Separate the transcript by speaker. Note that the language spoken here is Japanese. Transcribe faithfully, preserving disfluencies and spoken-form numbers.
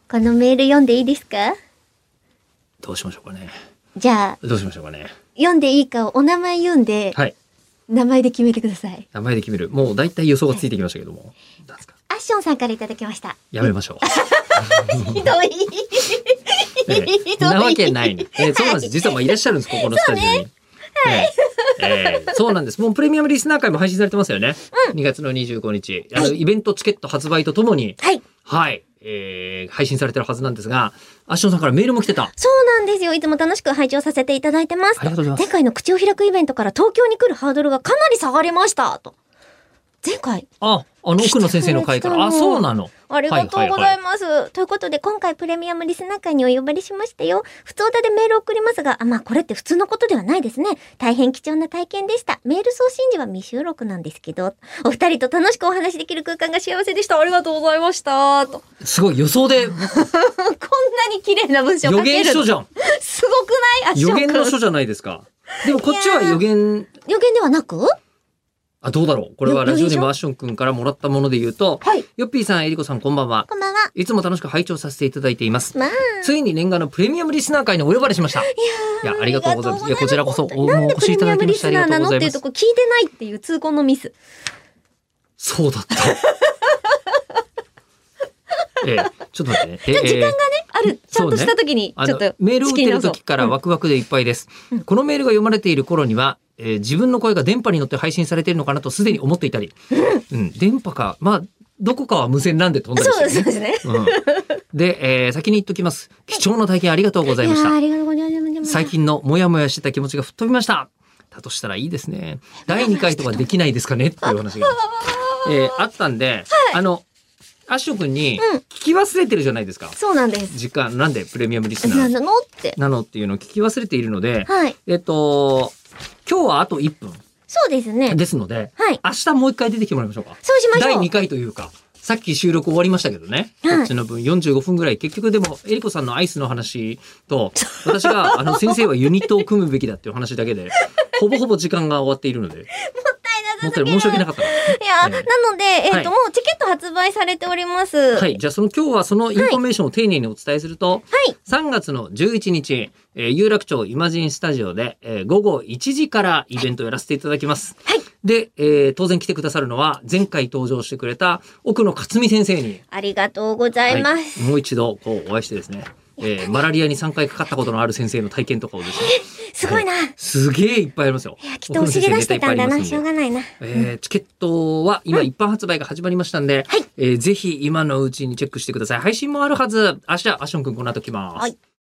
Speaker 1: このメール読んでいいですか？
Speaker 2: どうしましょうかね。
Speaker 1: じゃあ、
Speaker 2: どうしましょうかね。
Speaker 1: 読んでいいかお名前読んで、
Speaker 2: はい。
Speaker 1: 名前で決めてください。
Speaker 2: 名前で決める。もう大体予想がついてきましたけども。なんですか。
Speaker 1: アッションさんからいただきました。
Speaker 2: やめましょう。
Speaker 1: ひどい。
Speaker 2: ね、
Speaker 1: ひどい。
Speaker 2: なわけないね。えー、そうなんです。実はまあいらっしゃるんです、ここのスタジオに。はいえー、そうなんです。もうプレミアムリスナー会も配信されてますよね。うん、にがつのにじゅうごにち。あの、はい、イベントチケット発売とともに、はい。はい。えー、配信されてるはずなんですが、アッションさんからメールも来てた。
Speaker 1: そうなんですよ。いつも楽しく拝聴させていただいてます。
Speaker 2: ありがとうございます。
Speaker 1: 前回の口を開くイベントから東京に来るハードルがかなり下がりました。と。前回。
Speaker 2: あ、あの奥野先生の会から。あ、そうなの。
Speaker 1: ありがとうございます。はいはいはい、ということで、今回プレミアムリスナー会にお呼ばれしましたよ。普通でメールを送りますが、あ、まあこれって普通のことではないですね。大変貴重な体験でした。メール送信時は未収録なんですけど、お二人と楽しくお話しできる空間が幸せでした。ありがとうございました。と。
Speaker 2: すごい予想で。こんな
Speaker 1: に綺麗な文章書ける。
Speaker 2: 予言書じゃん。
Speaker 1: すごくない？あ、
Speaker 2: 予言の書じゃないですか。でもこっちは予言。
Speaker 1: 予言ではなく？あ、
Speaker 2: どうだろう。これはラジオネームアッション君からもらったもので言うと、はい、ヨッピーさん、エリコさん、こんばんは。
Speaker 1: こんばんは。
Speaker 2: いつも楽しく拝聴させていただいています。
Speaker 1: まあ、
Speaker 2: ついに念願のプレミアムリスナー会にお呼ばれしました。いやー、いやありがとうございます。いや、こちらこそお越しいただきましてありがとうございます。なんでプレミアムリスナーなのっていうとこ聞いてないっていう痛恨のミス。 そうだった。えー、ちょっと待ってね。
Speaker 1: えー、時間がね、ある、ちゃんとした時に、ちょっと、
Speaker 2: ね、メールを打ってる時からワクワクでいっぱいです。うん、このメールが読まれている頃には、えー、自分の声が電波に乗って配信されているのかなとすでに思っていたり、うん、電波か、まあ、どこかは無線なんで飛んだりしてね。そうですね。うん、で、えー、先に言っときます。貴重な体験ありがとうございました。
Speaker 1: ありがとうございます。最
Speaker 2: 近のモヤモヤしてた気持ちが吹っ飛びました。だとしたらいいですね。だいにかいとかできないですかねっていう話が、えー、あったんで、はい、あの、アッシュ君に聞き忘れてるじゃないですか。
Speaker 1: うん、そうなんです。
Speaker 2: 時間、なんでプレミアムリスナー
Speaker 1: なのって
Speaker 2: なのっていうのを聞き忘れているので、
Speaker 1: はい、
Speaker 2: えっと、今日はあといっぷん。
Speaker 1: そうですね。
Speaker 2: ですので、
Speaker 1: はい、
Speaker 2: 明日もう一回出てきてもらいましょうか。
Speaker 1: そうしましょう。
Speaker 2: だいにかいというか、さっき収録終わりましたけどね。はい、こっちの分よんじゅうごふんぐらい。結局でも、エリコさんのアイスの話と、私が、あの、先生はユニットを組むべきだっていう話だけで、ほぼほぼ時間が終わっているので。もったい申し訳なかった。い
Speaker 1: や、えー、なので、えっ、ー、と、はい、もうチケット発売されております。
Speaker 2: はい。じゃあ、その今日はそのインフォメーションを丁寧にお伝えすると、はい、さんがつのじゅういちにち、えー、有楽町イマジンスタジオで、えー、ごごいちじからイベントをやらせていただきます。はい。で、えー、当然来てくださるのは、前回登場してくれた奥野克美先生に。
Speaker 1: ありがとうございます。
Speaker 2: はい、もう一度、こう、お会いしてですね。えー、マラリアにさんかいかかったことのある先生の体験とかをですね。
Speaker 1: すごいな。
Speaker 2: すげえいっぱいありますよ。
Speaker 1: いや、きっとお尻出してたんだな。しょうがないな。
Speaker 2: えー、チケットは今一般発売が始まりましたんで、はい、えー、ぜひ今のうちにチェックしてください。配信もあるはず。明日、アッション君この後来ます。はい。